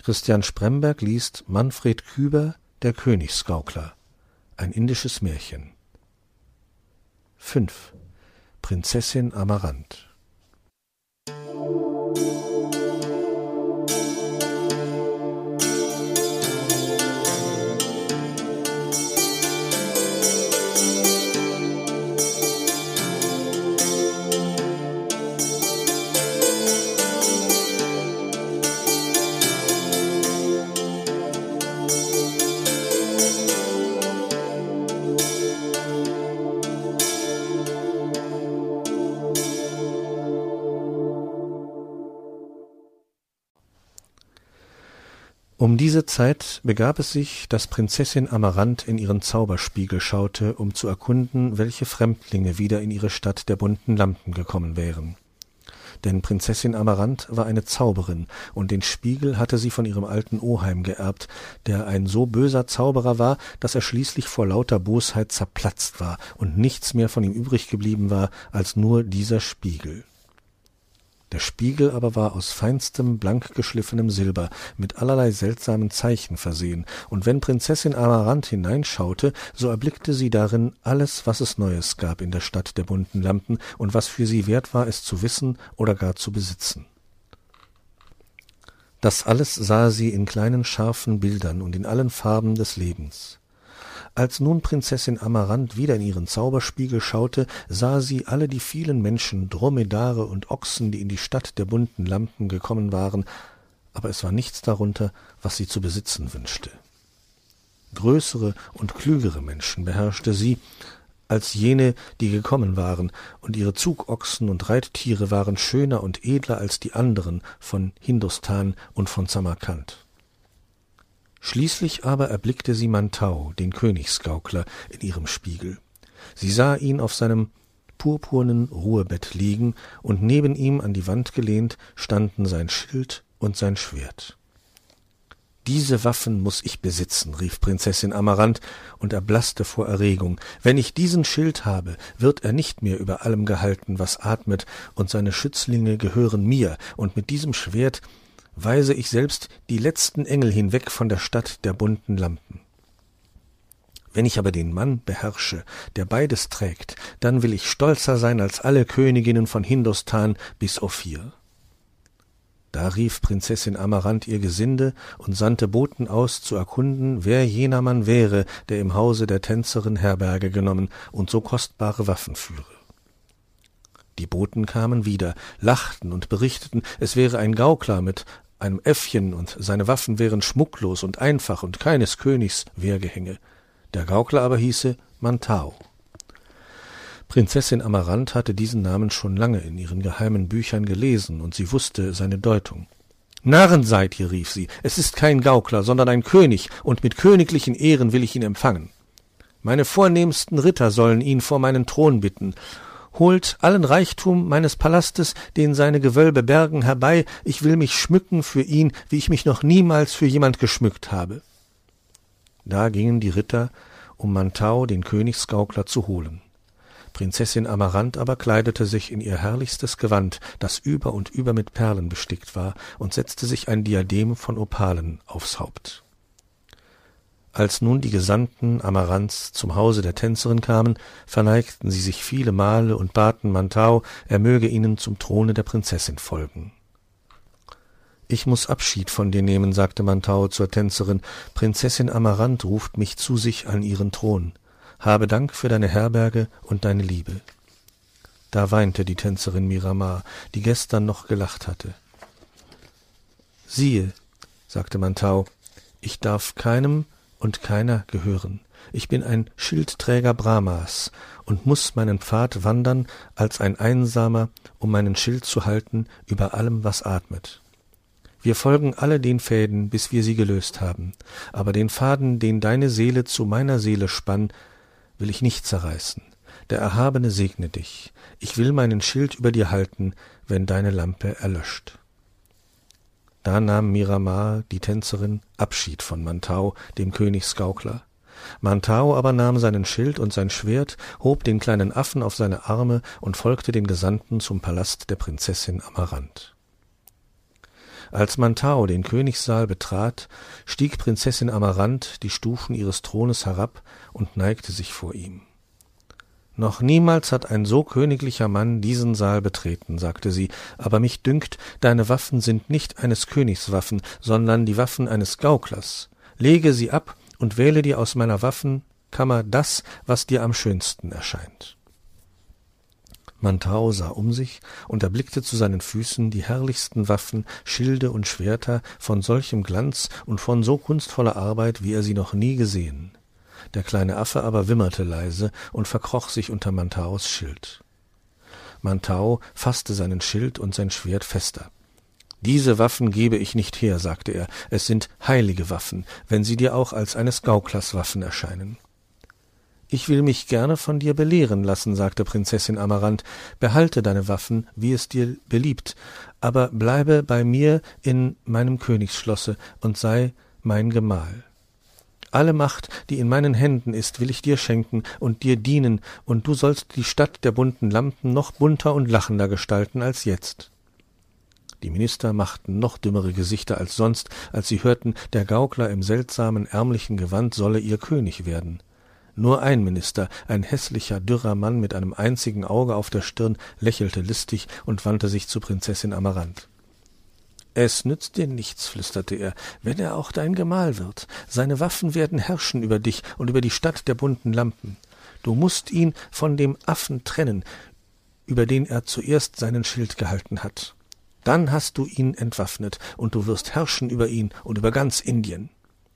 Christian Spremberg liest Manfred Küber, der Königsgaukler, ein indisches Märchen. 5. Prinzessin Amaranth. Um diese Zeit begab es sich, dass Prinzessin Amaranth in ihren Zauberspiegel schaute, um zu erkunden, welche Fremdlinge wieder in ihre Stadt der bunten Lampen gekommen wären. Denn Prinzessin Amaranth war eine Zauberin, und den Spiegel hatte sie von ihrem alten Oheim geerbt, der ein so böser Zauberer war, dass er schließlich vor lauter Bosheit zerplatzt war und nichts mehr von ihm übrig geblieben war als nur dieser Spiegel. Der Spiegel aber war aus feinstem, blank geschliffenem Silber, mit allerlei seltsamen Zeichen versehen, und wenn Prinzessin Amaranth hineinschaute, so erblickte sie darin alles, was es Neues gab in der Stadt der bunten Lampen und was für sie wert war, es zu wissen oder gar zu besitzen. Das alles sah sie in kleinen scharfen Bildern und in allen Farben des Lebens. Als nun Prinzessin Amaranth wieder in ihren Zauberspiegel schaute, sah sie alle die vielen Menschen, Dromedare und Ochsen, die in die Stadt der bunten Lampen gekommen waren, aber es war nichts darunter, was sie zu besitzen wünschte. Größere und klügere Menschen beherrschte sie als jene, die gekommen waren, und ihre Zugochsen und Reittiere waren schöner und edler als die anderen von Hindustan und von Samarkand. Schließlich aber erblickte sie Mantau, den Königsgaukler, in ihrem Spiegel. Sie sah ihn auf seinem purpurnen Ruhebett liegen, und neben ihm an die Wand gelehnt standen sein Schild und sein Schwert. »Diese Waffen muß ich besitzen«, rief Prinzessin Amaranth und erblaßte vor Erregung. »Wenn ich diesen Schild habe, wird er nicht mehr über allem gehalten, was atmet, und seine Schützlinge gehören mir, und mit diesem Schwert weise ich selbst die letzten Engel hinweg von der Stadt der bunten Lampen. Wenn ich aber den Mann beherrsche, der beides trägt, dann will ich stolzer sein als alle Königinnen von Hindustan bis Ophir.« Da rief Prinzessin Amaranth ihr Gesinde und sandte Boten aus, zu erkunden, wer jener Mann wäre, der im Hause der Tänzerin Herberge genommen und so kostbare Waffen führe. Die Boten kamen wieder, lachten und berichteten, es wäre ein Gaukler mit einem Äffchen, und seine Waffen wären schmucklos und einfach und keines Königs Wehrgehänge. Der Gaukler aber hieße Mantau. Prinzessin Amaranth hatte diesen Namen schon lange in ihren geheimen Büchern gelesen, und sie wusste seine Deutung. »Narren seid ihr«, rief sie, »es ist kein Gaukler, sondern ein König, und mit königlichen Ehren will ich ihn empfangen. Meine vornehmsten Ritter sollen ihn vor meinen Thron bitten. Holt allen Reichtum meines Palastes, den seine Gewölbe bergen, herbei, ich will mich schmücken für ihn, wie ich mich noch niemals für jemand geschmückt habe.« Da gingen die Ritter, um Mantau, den Königsgaukler, zu holen. Prinzessin Amaranth aber kleidete sich in ihr herrlichstes Gewand, das über und über mit Perlen bestickt war, und setzte sich ein Diadem von Opalen aufs Haupt. Als nun die Gesandten Amaranths zum Hause der Tänzerin kamen, verneigten sie sich viele Male und baten Mantau, er möge ihnen zum Throne der Prinzessin folgen. »Ich muß Abschied von dir nehmen«, sagte Mantau zur Tänzerin, »Prinzessin Amaranth ruft mich zu sich an ihren Thron. Habe Dank für deine Herberge und deine Liebe.« Da weinte die Tänzerin Miramar, die gestern noch gelacht hatte. »Siehe«, sagte Mantau, »ich darf keinem und keiner gehören. Ich bin ein Schildträger Brahmas und muß meinen Pfad wandern als ein Einsamer, um meinen Schild zu halten über allem, was atmet. Wir folgen alle den Fäden, bis wir sie gelöst haben, aber den Faden, den deine Seele zu meiner Seele spann, will ich nicht zerreißen. Der Erhabene segne dich. Ich will meinen Schild über dir halten, wenn deine Lampe erlöscht.« Da nahm Miramar, die Tänzerin, Abschied von Mantau, dem Königsgaukler. Mantau aber nahm seinen Schild und sein Schwert, hob den kleinen Affen auf seine Arme und folgte den Gesandten zum Palast der Prinzessin Amaranth. Als Mantao den Königssaal betrat, stieg Prinzessin Amaranth die Stufen ihres Thrones herab und neigte sich vor ihm. »Noch niemals hat ein so königlicher Mann diesen Saal betreten«, sagte sie, »aber mich dünkt, deine Waffen sind nicht eines Königs Waffen, sondern die Waffen eines Gauklers. Lege sie ab und wähle dir aus meiner Waffenkammer das, was dir am schönsten erscheint.« Mantao sah um sich und erblickte zu seinen Füßen die herrlichsten Waffen, Schilde und Schwerter von solchem Glanz und von so kunstvoller Arbeit, wie er sie noch nie gesehen. Der kleine Affe aber wimmerte leise und verkroch sich unter Mantaos Schild. Mantao fasste seinen Schild und sein Schwert fester. »Diese Waffen gebe ich nicht her«, sagte er, »es sind heilige Waffen, wenn sie dir auch als eines Gauklers Waffen erscheinen.« »Ich will mich gerne von dir belehren lassen«, sagte Prinzessin Amaranth, »behalte deine Waffen, wie es dir beliebt, aber bleibe bei mir in meinem Königsschlosse und sei mein Gemahl. Alle Macht, die in meinen Händen ist, will ich dir schenken und dir dienen, und du sollst die Stadt der bunten Lampen noch bunter und lachender gestalten als jetzt.« Die Minister machten noch dümmere Gesichter als sonst, als sie hörten, der Gaukler im seltsamen, ärmlichen Gewand solle ihr König werden. Nur ein Minister, ein hässlicher, dürrer Mann mit einem einzigen Auge auf der Stirn, lächelte listig und wandte sich zu Prinzessin Amaranth. »Es nützt dir nichts«, flüsterte er, »wenn er auch dein Gemahl wird. Seine Waffen werden herrschen über dich und über die Stadt der bunten Lampen. Du mußt ihn von dem Affen trennen, über den er zuerst seinen Schild gehalten hat. Dann hast du ihn entwaffnet, und du wirst herrschen über ihn und über ganz Indien.«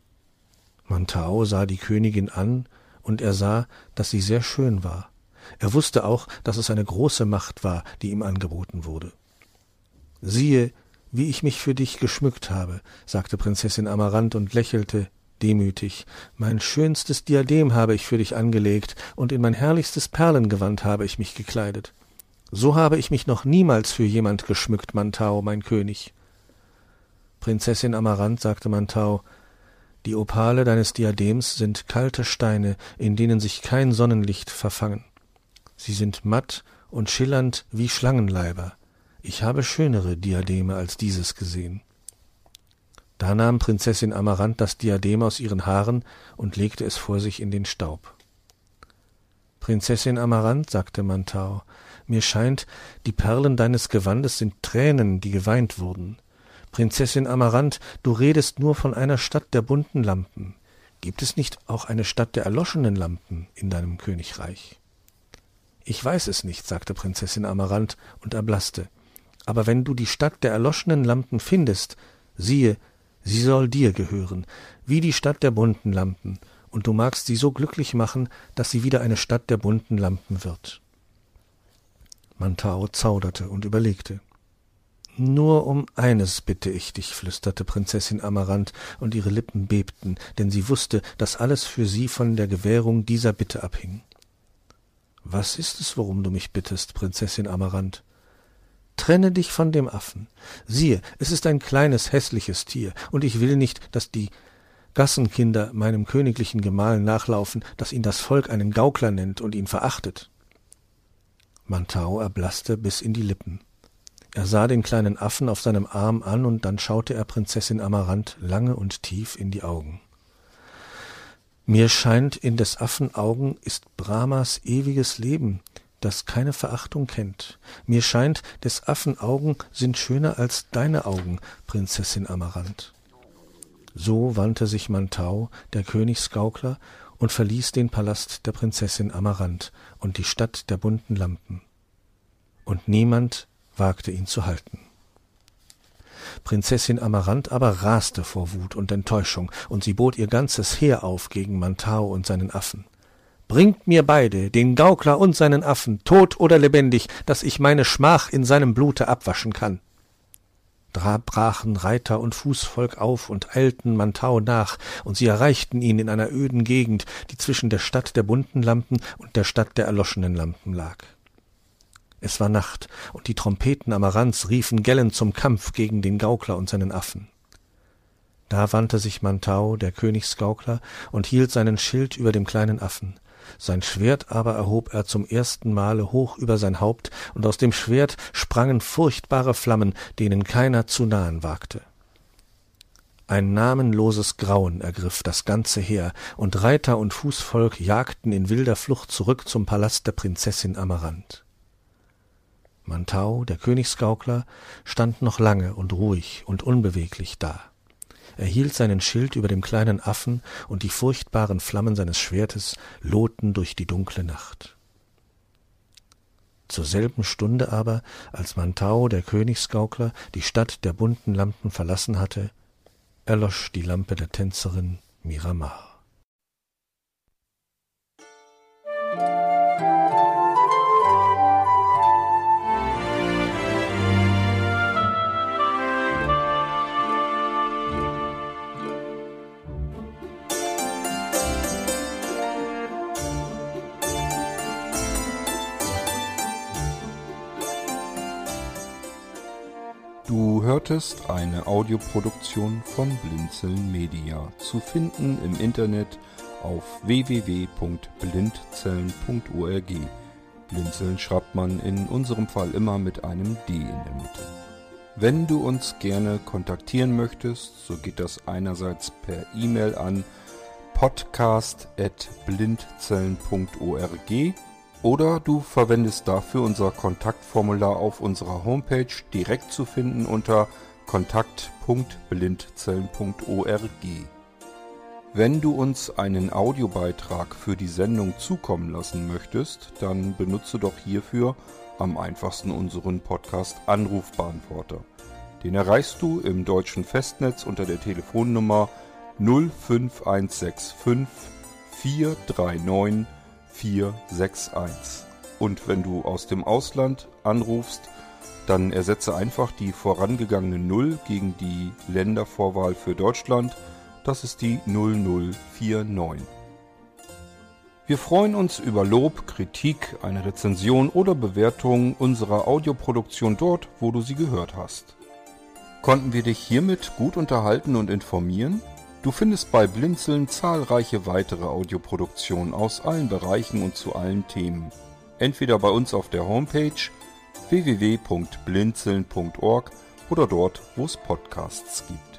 Mantao sah die Königin an, und er sah, dass sie sehr schön war. Er wusste auch, dass es eine große Macht war, die ihm angeboten wurde. »Siehe, wie ich mich für dich geschmückt habe«, sagte Prinzessin Amaranth und lächelte demütig. »Mein schönstes Diadem habe ich für dich angelegt, und in mein herrlichstes Perlengewand habe ich mich gekleidet. So habe ich mich noch niemals für jemand geschmückt, Mantao, mein König.« »Prinzessin Amaranth«, sagte Mantao, »die Opale deines Diadems sind kalte Steine, in denen sich kein Sonnenlicht verfangen. Sie sind matt und schillernd wie Schlangenleiber. Ich habe schönere Diademe als dieses gesehen.« Da nahm Prinzessin Amaranth das Diadem aus ihren Haaren und legte es vor sich in den Staub. »Prinzessin Amaranth«, sagte Mantao, »mir scheint, die Perlen deines Gewandes sind Tränen, die geweint wurden. Prinzessin Amaranth, du redest nur von einer Stadt der bunten Lampen. Gibt es nicht auch eine Stadt der erloschenen Lampen in deinem Königreich?« »Ich weiß es nicht«, sagte Prinzessin Amaranth und erblaßte. »Aber wenn du die Stadt der erloschenen Lampen findest, siehe, sie soll dir gehören, wie die Stadt der bunten Lampen, und du magst sie so glücklich machen, dass sie wieder eine Stadt der bunten Lampen wird.« Mantao zauderte und überlegte. »Nur um eines bitte ich dich«, flüsterte Prinzessin Amaranth, und ihre Lippen bebten, denn sie wusste, dass alles für sie von der Gewährung dieser Bitte abhing. »Was ist es, worum du mich bittest, Prinzessin Amaranth?« »Trenne dich von dem Affen. Siehe, es ist ein kleines, hässliches Tier, und ich will nicht, dass die Gassenkinder meinem königlichen Gemahl nachlaufen, dass ihn das Volk einen Gaukler nennt und ihn verachtet.« Mantao erblaßte bis in die Lippen. Er sah den kleinen Affen auf seinem Arm an, und dann schaute er Prinzessin Amaranth lange und tief in die Augen. »Mir scheint, in des Affen Augen ist Brahmas ewiges Leben, das keine Verachtung kennt. Mir scheint, des Affen Augen sind schöner als deine Augen, Prinzessin Amaranth.« So wandte sich Mantao, der Königsgaukler, und verließ den Palast der Prinzessin Amaranth und die Stadt der bunten Lampen. Und niemand wagte ihn zu halten. Prinzessin Amaranth aber raste vor Wut und Enttäuschung, und sie bot ihr ganzes Heer auf gegen Mantao und seinen Affen. »Bringt mir beide, den Gaukler und seinen Affen, tot oder lebendig, dass ich meine Schmach in seinem Blute abwaschen kann.« Da brachen Reiter und Fußvolk auf und eilten Mantao nach, und sie erreichten ihn in einer öden Gegend, die zwischen der Stadt der bunten Lampen und der Stadt der erloschenen Lampen lag. Es war Nacht, und die Trompeten Amaranths riefen gellend zum Kampf gegen den Gaukler und seinen Affen. Da wandte sich Mantao, der Königsgaukler, und hielt seinen Schild über dem kleinen Affen. Sein Schwert aber erhob er zum ersten Male hoch über sein Haupt, und aus dem Schwert sprangen furchtbare Flammen, denen keiner zu nahen wagte. Ein namenloses Grauen ergriff das ganze Heer, und Reiter und Fußvolk jagten in wilder Flucht zurück zum Palast der Prinzessin Amaranth. Mantau, der Königsgaukler, stand noch lange und ruhig und unbeweglich da. Er hielt seinen Schild über dem kleinen Affen, und die furchtbaren Flammen seines Schwertes lohten durch die dunkle Nacht. Zur selben Stunde aber, als Mantau, der Königsgaukler, die Stadt der bunten Lampen verlassen hatte, erlosch die Lampe der Tänzerin Miramar. Du hörtest eine Audioproduktion von Blinzeln Media, zu finden im Internet auf www.blindzellen.org. Blinzeln schreibt man in unserem Fall immer mit einem D in der Mitte. Wenn du uns gerne kontaktieren möchtest, so geht das einerseits per E-Mail an podcast@blindzellen.org oder du verwendest dafür unser Kontaktformular auf unserer Homepage, direkt zu finden unter kontakt.blindzellen.org. Wenn du uns einen Audiobeitrag für die Sendung zukommen lassen möchtest, dann benutze doch hierfür am einfachsten unseren Podcast Anrufbeantworter. Den erreichst du im deutschen Festnetz unter der Telefonnummer 05165 439 461. Und wenn du aus dem Ausland anrufst, dann ersetze einfach die vorangegangene 0 gegen die Ländervorwahl für Deutschland. Das ist die 0049. Wir freuen uns über Lob, Kritik, eine Rezension oder Bewertung unserer Audioproduktion dort, wo du sie gehört hast. Konnten wir dich hiermit gut unterhalten und informieren? Du findest bei Blinzeln zahlreiche weitere Audioproduktionen aus allen Bereichen und zu allen Themen. Entweder bei uns auf der Homepage www.blinzeln.org oder dort, wo es Podcasts gibt.